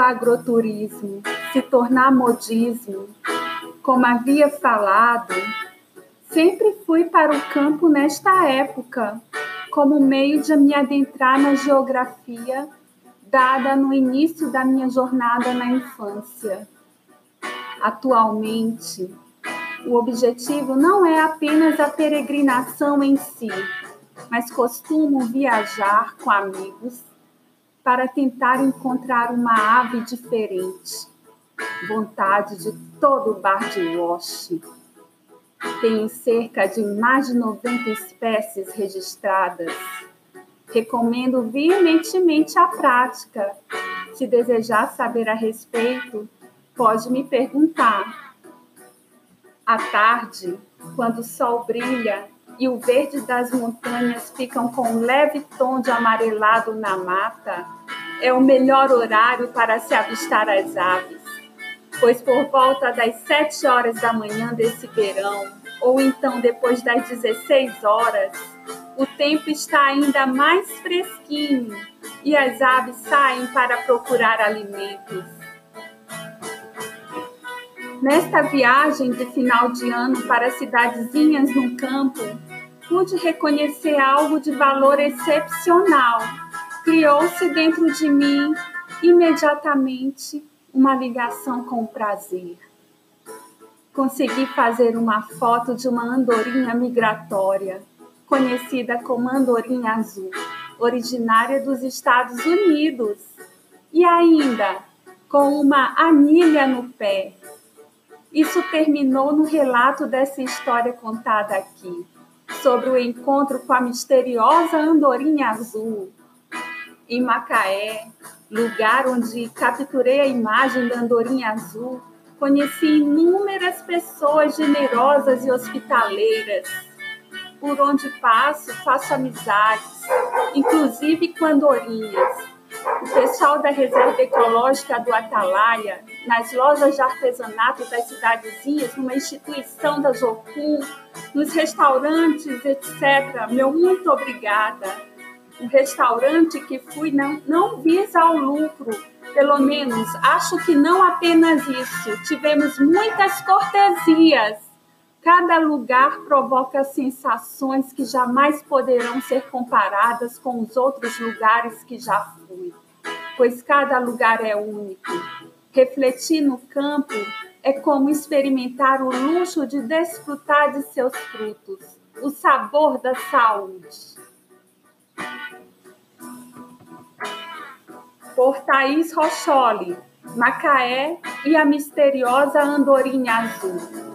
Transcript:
agroturismo se tornar modismo, como havia falado, sempre fui para o campo nesta época, como meio de me adentrar na geografia dada no início da minha jornada na infância. Atualmente, o objetivo não é apenas a peregrinação em si, mas costumo viajar com amigos para tentar encontrar uma ave diferente. Vontade de todo o Bardwatch. Tenho cerca de mais de 90 espécies registradas. Recomendo veementemente a prática. Se desejar saber a respeito, pode me perguntar. À tarde, quando o sol brilha e o verde das montanhas ficam com um leve tom de amarelado na mata, é o melhor horário para se avistar as aves, pois por volta das 7 horas da manhã desse verão, ou então depois das 16 horas, o tempo está ainda mais fresquinho e as aves saem para procurar alimentos. Nesta viagem de final de ano para cidadezinhas no campo, pude reconhecer algo de valor excepcional. Criou-se dentro de mim, imediatamente, uma ligação com o prazer. Consegui fazer uma foto de uma andorinha migratória, conhecida como andorinha azul, originária dos Estados Unidos, e ainda com uma anilha no pé. Isso terminou no relato dessa história contada aqui, sobre o encontro com a misteriosa andorinha azul. Em Macaé, lugar onde capturei a imagem da andorinha azul, conheci inúmeras pessoas generosas e hospitaleiras. Por onde passo, faço amizades, inclusive com andorinhas. O pessoal da Reserva Ecológica do Atalaia, nas lojas de artesanato das cidadezinhas, numa instituição da Jocum, nos restaurantes, etc. Meu muito obrigada. O restaurante que fui não visa ao lucro, pelo menos acho que não apenas isso. Tivemos muitas cortesias. Cada lugar provoca sensações que jamais poderão ser comparadas com os outros lugares que já fui, pois cada lugar é único. Refletir no campo é como experimentar o luxo de desfrutar de seus frutos, o sabor da saúde. Por Thaís Rocholi, Macaé e a misteriosa andorinha azul.